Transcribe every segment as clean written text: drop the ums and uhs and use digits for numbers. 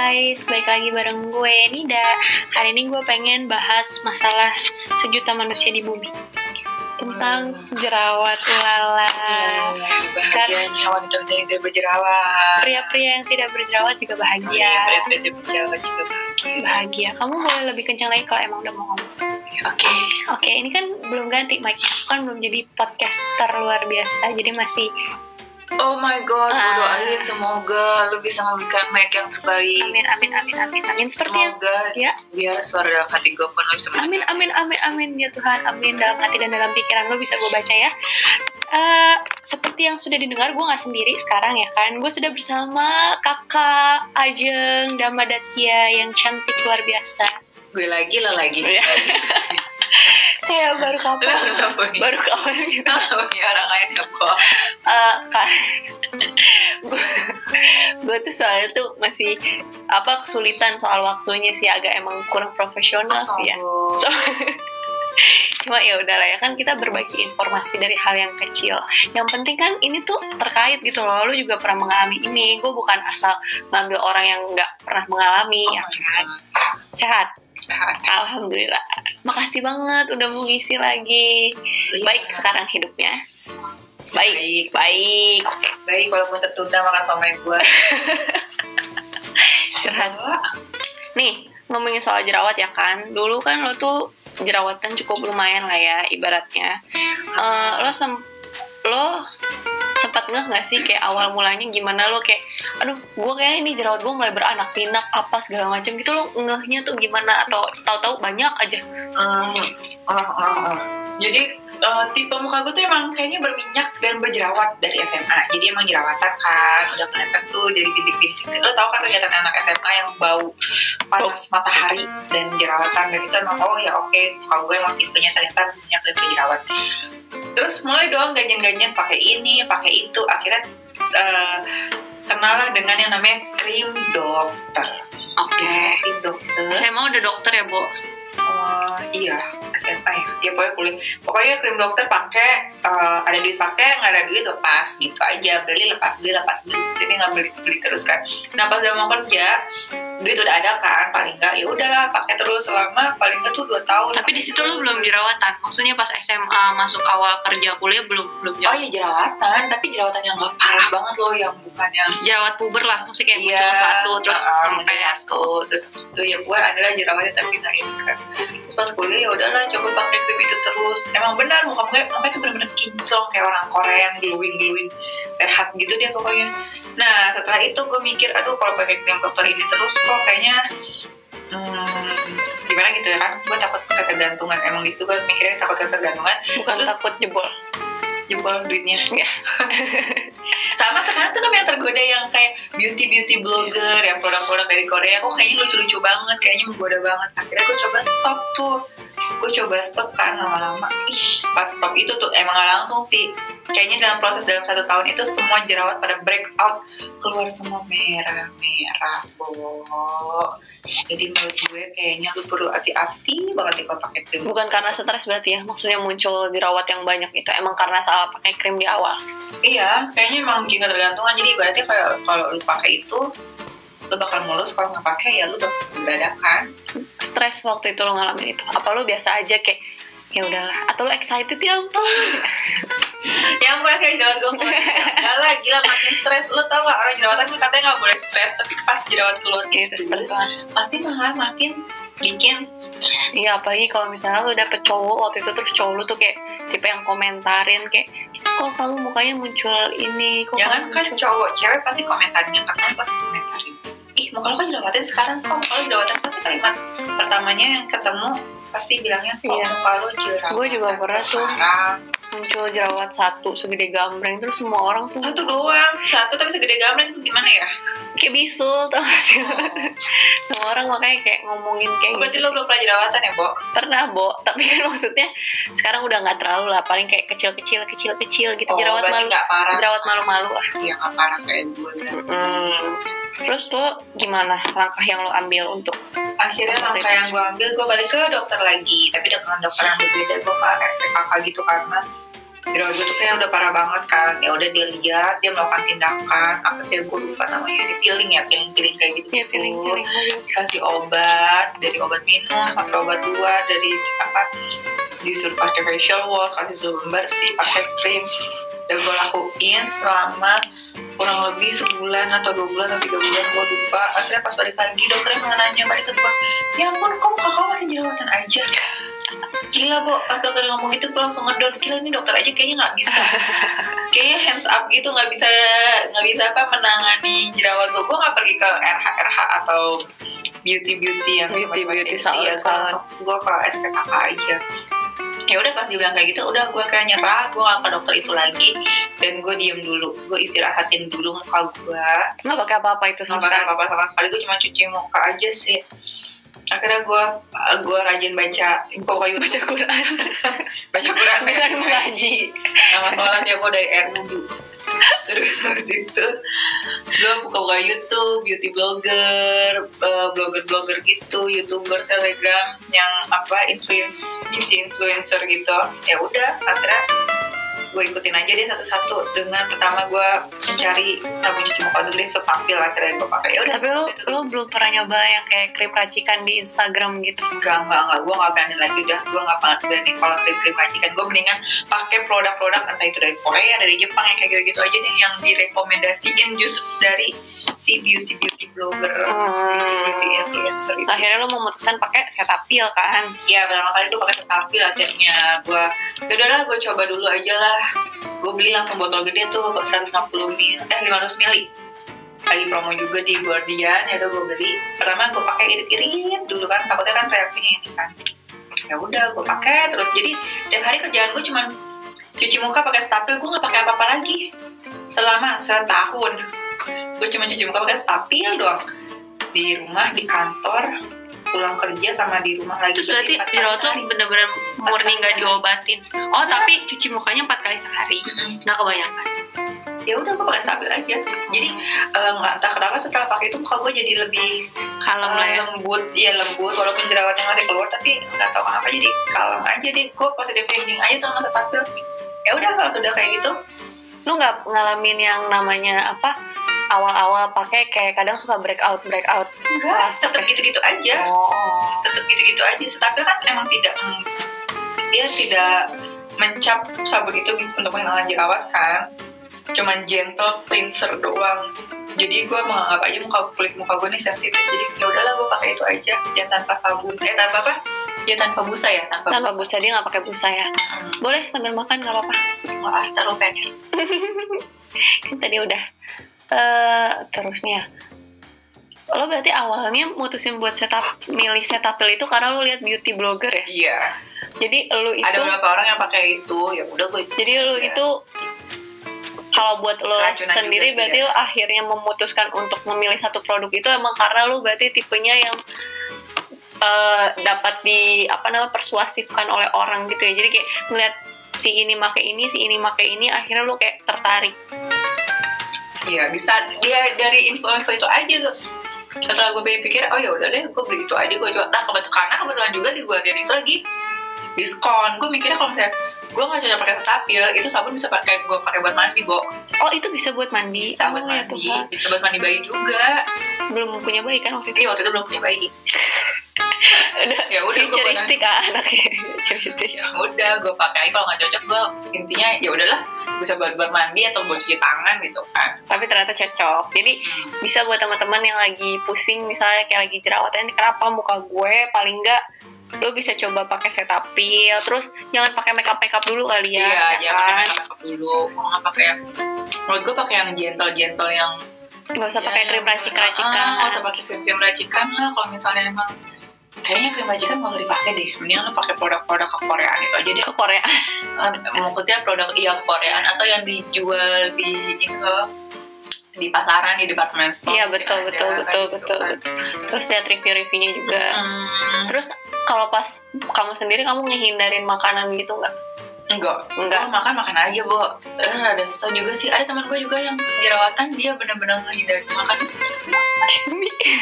guys, balik lagi bareng gue Nida. Hari ini gue pengen bahas masalah sejuta manusia di bumi, tentang jerawat. Lala. Bahagianya wanita-wanita yang tidak berjerawat. Pria-pria yang tidak berjerawat juga bahagia. Pria-pria tidak berjerawat juga Bahagia. Kamu boleh lebih kencang lagi kalau emang udah mau ngomong. Oke, ini kan belum ganti mic, kan belum jadi podcaster luar biasa, jadi masih. Oh my god, gue doain semoga lu bisa memberikan mic yang terbaik. Amin. Seperti semoga ya. Biar suara dalam hati gue pun lu bisa Amin ya Tuhan, amin. Dalam hati dan dalam pikiran lu bisa gue baca ya. Seperti yang sudah didengar, gue gak sendiri sekarang ya kan. Gue sudah bersama kakak Ajeng Damadakya yang cantik luar biasa. Gue lagi, lo lagi. Kayak baru kapan gitu. Ya orang lain ya, Bo. Gue tuh soalnya tuh masih kesulitan soal waktunya sih, agak emang kurang profesional sih ya. Cuma ya udahlah ya kan, kita berbagi informasi dari hal yang kecil. Yang penting kan ini tuh terkait gitu loh. Lu juga pernah mengalami ini. Gue bukan asal ngambil orang yang nggak pernah mengalami ya kan. Sehat. Alhamdulillah. Makasih banget udah mau ngisi lagi. Baik sekarang hidupnya. Baik. Baik walaupun tertunda makan somai gue. Cerhat. Nih, ngomongin soal jerawat ya kan. Dulu kan lo tuh jerawatan cukup lumayan lah ya ibaratnya. Lo sempat nggak sih kayak awal mulanya gimana lo kayak, aduh gue kayak ini jerawat gue mulai beranak pinak apa segala macam gitu, lo ngehnya tuh gimana, atau tahu-tahu banyak aja? Jadi tipe muka gue tuh emang kayaknya berminyak dan berjerawat dari SMA. Jadi emang jerawatan kan, udah kelihatan tuh dari bintik-bintik. Lo tau kan kegiatan anak SMA yang bau panas matahari dan jerawatan, dan itu emang oke, kalau gue emang tipenya ternyata minyak dan berjerawat. Terus mulai dong ganjen-ganjen pakai ini, pakai itu. Akhirnya kenalah dengan yang namanya krim dokter. Oke. Krim dokter. SMA udah dokter ya, Bo? Iya, SMA ya pokoknya krim dokter pakai, ada duit pakai, nggak ada duit lepas gitu aja, lepas beli, jadi nggak beli terus kan. Nah pas udah mau kerja, duit udah ada kan, paling nggak ya udahlah pakai terus selama paling nggak tuh 2 tahun. Tapi di situ lu belum jerawatan, maksudnya pas SMA masuk awal kerja kuliah belum jerawatan. Oh iya jerawatan, tapi jerawatan yang nggak parah banget loh, yang bukan yang jerawat puber lah, maksudnya kayak muncul satu terus kayak terus itu ya gue adalah jerawatnya tapi nggak ini kan. Terus pas kuliah ya udahlah coba pakai krim itu terus. Emang benar muka itu benar-benar kinclong kayak orang Korea yang glowing sehat gitu dia pokoknya. Nah setelah itu gue mikir, aduh kalau pakai krim dokter ini terus kok kayaknya gimana gitu ya kan, gue takut ketergantungan. Emang gitu gue mikirnya takut ketergantungan, bukan terus, takut jebol duitnya ya. Sama sekarang tuh kan yang tergoda yang kayak beauty blogger yang produk-produk dari Korea, kok kayaknya lucu-lucu banget, kayaknya menggoda banget. Akhirnya gue coba stop kan, lama-lama pas stop itu tuh emang gak langsung sih, kayaknya dalam 1 tahun itu semua jerawat pada breakout, keluar semua merah Bo. Jadi menurut gue kayaknya lu perlu hati-hati banget kalau pakai krim. Bukan karena stres berarti ya, maksudnya muncul jerawat yang banyak itu emang karena salah pakai krim di awal. Iya, kayaknya emang bikin ketergantungan. Jadi ibaratnya kalau lu pakai itu lu bakal mulus, kalau nggak pakai ya lu udah dadakan. Stres waktu itu lu ngalamin itu? Apa lu biasa aja kayak ya udahlah, atau lu excited ya ampun? Ya ampun, kayak jerawat gue keluar. Enggak lah, gila makin stres. Lu tau gak orang jerawatan kan katanya gak boleh stres, tapi pas jerawat keluar gitu stres banget, pasti malah makin bikin stres. Iya, apalagi kalau misalnya lu dapet cowok waktu itu, terus cowok lu tuh kayak tipe yang komentarin kayak, kok kamu mukanya muncul ini, kok jangan kan cowok, cewek pasti komentarnya, katanya pasti komentarin, ih muka lu kan jerawatan sekarang, kok muka lu jerawatan, pasti kalimat pertamanya yang ketemu pasti bilangnya kok muka lu jerawatan. Gue juga pernah tuh muncul jerawat satu segede gambreng, terus semua orang tuh satu tapi segede gambreng itu gimana ya, kayak bisul tau gak sih? Semua orang makanya kayak ngomongin kayak berarti gitu. Berarti lo belum pernah jerawatan ya, Bo? Pernah, Bo, tapi kan maksudnya sekarang udah gak terlalu lah, paling kayak kecil-kecil gitu. Jerawat malu-malu lah. Iya, gak parah kayak gue. Terus lo gimana langkah yang lo ambil untuk akhirnya langkah yang gue ambil, gue balik ke dokter lagi, tapi dengan dokter yang berbeda. Gue ke SPKK gitu karena jerawat gue tuh kayak udah parah banget kan. Ya udah dia lihat, dia melakukan tindakan apa tuh ya, gue lupa namanya, di peeling kayak gitu. Ya, peeling. Dikasih obat, dari obat minum sampai obat luar, dari apa, disuruh pakai facial wash, kasih suhu bersih, pakai krim. Dan gue lakuin selama kurang lebih sebulan atau 2 bulan atau 3 bulan, gue lupa. Akhirnya pas balik lagi dokternya mengenanya balik ke gue, ya ampun kok kakak masih jerawatan aja. Gila Bo, pas dokter ngomong gitu gue langsung ngedon, gila ini dokter aja kayaknya nggak bisa, kayaknya hands up gitu, nggak bisa apa menangani jerawat gue. Gue nggak pergi ke RH atau beauty yang salon. Gue ke SPKK aja. Ya udah pas dibilang kayak gitu, udah gue kayak nyerah, gue nggak ke dokter itu lagi, dan gue diem dulu, gue istirahatin dulu muka gue. Nggak pakai apa-apa itu sama sekali, gue cuma cuci muka aja sih. Akhirnya gue rajin baca YouTube. baca Quran bukan ngaji. Nama sholatnya gue dari air wudhu. Terus habis itu gue buka YouTube, beauty blogger gitu, YouTuber, Telegram yang apa, beauty influencer gitu. Ya udah, akhirnya gue ikutin aja deh satu-satu. Dengan pertama gue mencari sabun cuci muka dulu yang setampil, akhirnya gue pakai. Ya udah. Tapi lu belum pernah nyoba yang kayak krim racikan di Instagram gitu? Enggak, gue nggak berani lagi udah. Gue nggak berani kalau krim racikan. Gue mendingan pakai produk-produk entah itu dari Korea, dari Jepang, yang kayak gitu aja deh, yang direkomendasiin justru dari si beauty blogger, beauty influencer itu. Akhirnya lo memutuskan pakai Cetaphil kan? Ya, pertama kali gue pakai Cetaphil. Akhirnya gue, yaudahlah gue coba dulu aja lah. Gue beli langsung botol gede tuh 500 ml. Lagi promo juga di Guardian, ya udah gue beli. Pertama gue pakai irit-irit dulu kan, takutnya kan reaksinya ini kan. Ya udah gue pakai terus. Jadi tiap hari kerjaan gue cuma cuci muka pakai Cetaphil, gue nggak pakai apa-apa lagi selama setahun. Gue cuma cuci muka pakai Cetaphil doang, di rumah, di kantor, pulang kerja, sama di rumah lagi. Terus berarti jerawat tuh bener-bener murni nggak diobatin? Oh ya. Tapi cuci mukanya 4 kali sehari, nggak kebanyakan? Ya udah gue pakai Cetaphil aja. Jadi nggak entah kenapa setelah pakai itu muka gue jadi lebih kalem lah ya. Lembut walaupun jerawatnya masih keluar, tapi nggak tahu kenapa jadi kalem aja deh. Gue positive thinking aja tuh sama Cetaphil. Ya udah, kalau sudah kayak gitu. Lu nggak ngalamin yang namanya apa, awal-awal pakai kayak kadang suka breakout? Enggak, tetap gitu-gitu aja. Tetap gitu-gitu aja. Cetaphil kan emang dia tidak mencap sabun itu bisa untuk menghilangkan jerawat kan, cuman gentle cleanser doang. Jadi gue menganggap aja kulit muka gue nih sensitif, jadi ya udahlah gue pakai itu aja, yang tanpa sabun, tanpa apa? Ya tanpa busa ya, tanpa busa. Dia nggak pakai busa ya. Boleh sambil makan nggak apa-apa. Wah, terlalu pengen. Kan tadi udah. Terusnya, lo berarti awalnya mutusin buat milih Cetaphil itu karena lo lihat beauty blogger ya? Iya. Jadi lo itu ada beberapa orang yang pakai itu, ya udah gue. Jadi lo itu kalau buat lo sendiri berarti lo akhirnya memutuskan untuk memilih satu produk itu emang karena lo berarti tipenya yang dapat persuasifkan oleh orang gitu ya. Jadi kayak ngeliat si ini pakai ini, akhirnya lo kayak tertarik. Iya, bisa dia dari info itu aja tuh. Setelah gue pikir, oh ya udah deh, gue beli itu aja, gue coba. Nah, kebetulan juga di Guardian itu lagi diskon. Gue mikirnya kalau misalnya gue nggak cocok pakai Cetaphil, itu sabun bisa pakai buat mandi, Bo. Oh, itu bisa buat mandi? Bisa buat mandi, bisa buat mandi bayi juga. Belum punya bayi kan waktu itu? Iya, waktu itu belum punya bayi. Ya udah, futuristik anaknya. Ya udah, gue pakai. Kalau nggak cocok, gue intinya ya udahlah, bisa buat mandi atau buat cuci tangan gitu kan. Tapi ternyata cocok. Jadi bisa buat teman-teman yang lagi pusing, misalnya kayak lagi jerawatan, kenapa muka gue, paling enggak lo bisa coba pakai Cetaphil. Terus jangan pakai makeup dulu kali ya. Iya, jangan pakai makeup dulu. Kalau nggak pakai yang, menurut gue pakai yang gentle yang nggak usah pakai krim racikan. Nggak usah pakai krim racikan lah. Kalau misalnya emang kayaknya krim racikan nggak usah dipakai deh. Mendingan lo pakai produk-produk Koreaan itu aja deh. Ke Korea? Maksudnya produk Koreaan atau yang dijual di pasaran, di department store. Iya, betul. Terus lihat review-reviewnya juga. Terus kalau pas kamu sendiri, kamu ngehindarin makanan gitu nggak? Enggak. Makan aja, Bo. Ada susah juga sih. Ada teman gue juga yang jerawatan, dia benar-benar ngehindarin makan.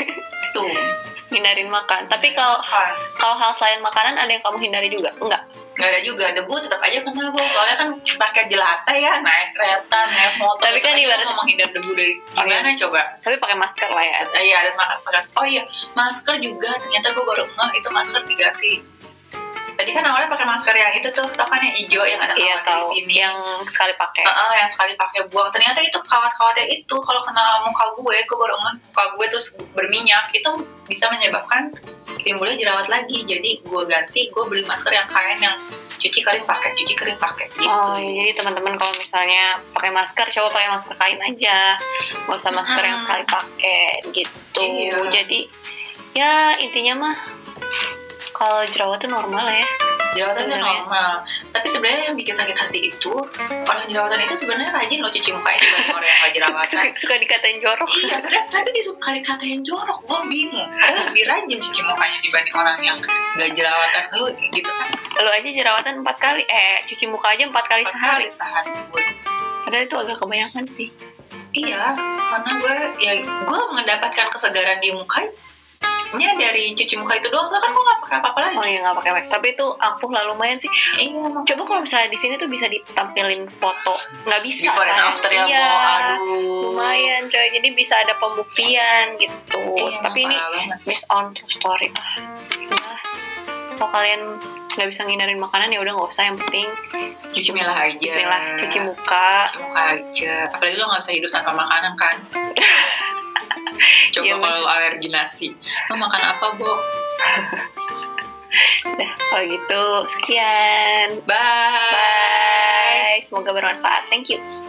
Tuh, hindarin makan. Tapi kalau hal selain makanan ada yang kamu hindari juga? Enggak. Nggak ada juga, debu tetap aja kena Bo. Soalnya kan pakai jelata ya, naik kereta, naik motor. Tapi kan ibarat mau menghindar debu dari gimana coba? Tapi pakai masker lah ya. Iya, ada pakai. Oh iya, masker juga. Ternyata gue baru ngeh itu masker diganti. Tadi kan awalnya pakai masker yang itu tuh, tau kan yang hijau yang ada kawat di sini. Yang sekali pakai. Yang sekali pakai buang. Ternyata itu kawat-kawatnya itu kalau kena muka gue baru ngeh muka gue terus berminyak itu bisa menyebabkan timbulnya jerawat lagi. Jadi gue ganti, gue beli masker yang kain yang cuci kering pakai gitu. Oh ya, jadi teman-teman kalau misalnya pakai masker coba pakai masker kain aja, nggak usah masker yang sekali pakai gitu. Iya. Jadi ya intinya mah kalau jerawat itu normal ya. Jerawatan itu normal. Tapi sebenarnya yang bikin sakit hati itu orang jerawatan itu sebenarnya rajin loh cuci mukanya dibanding orang yang nggak jerawatan. Suka dikatain jorok. Iya, tapi disuka dikatain jorok. Gue bingung. Lebih rajin cuci mukanya dibanding orang yang nggak jerawatan. Lu gitu kan? Lu aja jerawatan 4 kali. Cuci muka aja 4 kali sehari. Padahal itu agak kebanyakan sih. Iya, karena gue mendapatkan kesegaran di mukanya dari cuci muka itu doang. Soalnya kan gue nggak pakai apa-apa lagi. Oh iya, nggak pakai make. Tapi itu ampuh lah, lumayan sih. Iya. Coba kalau misalnya di sini tuh bisa ditampilin foto, nggak bisa. Before and after ya, iya, aduh. Lumayan coy, jadi bisa ada pembuktian gitu. Iya, tapi ini based on true story. Nah, kalau kalian nggak bisa ngindarin makanan ya udah nggak usah. Yang penting Bismillah aja. Bismillah, cuci muka aja. Apalagi lo nggak bisa hidup tanpa makanan kan. Coba kalau alergi nasi, lo makan apa, Bo? Nah, kalau gitu sekian. Bye. Semoga bermanfaat. Thank you.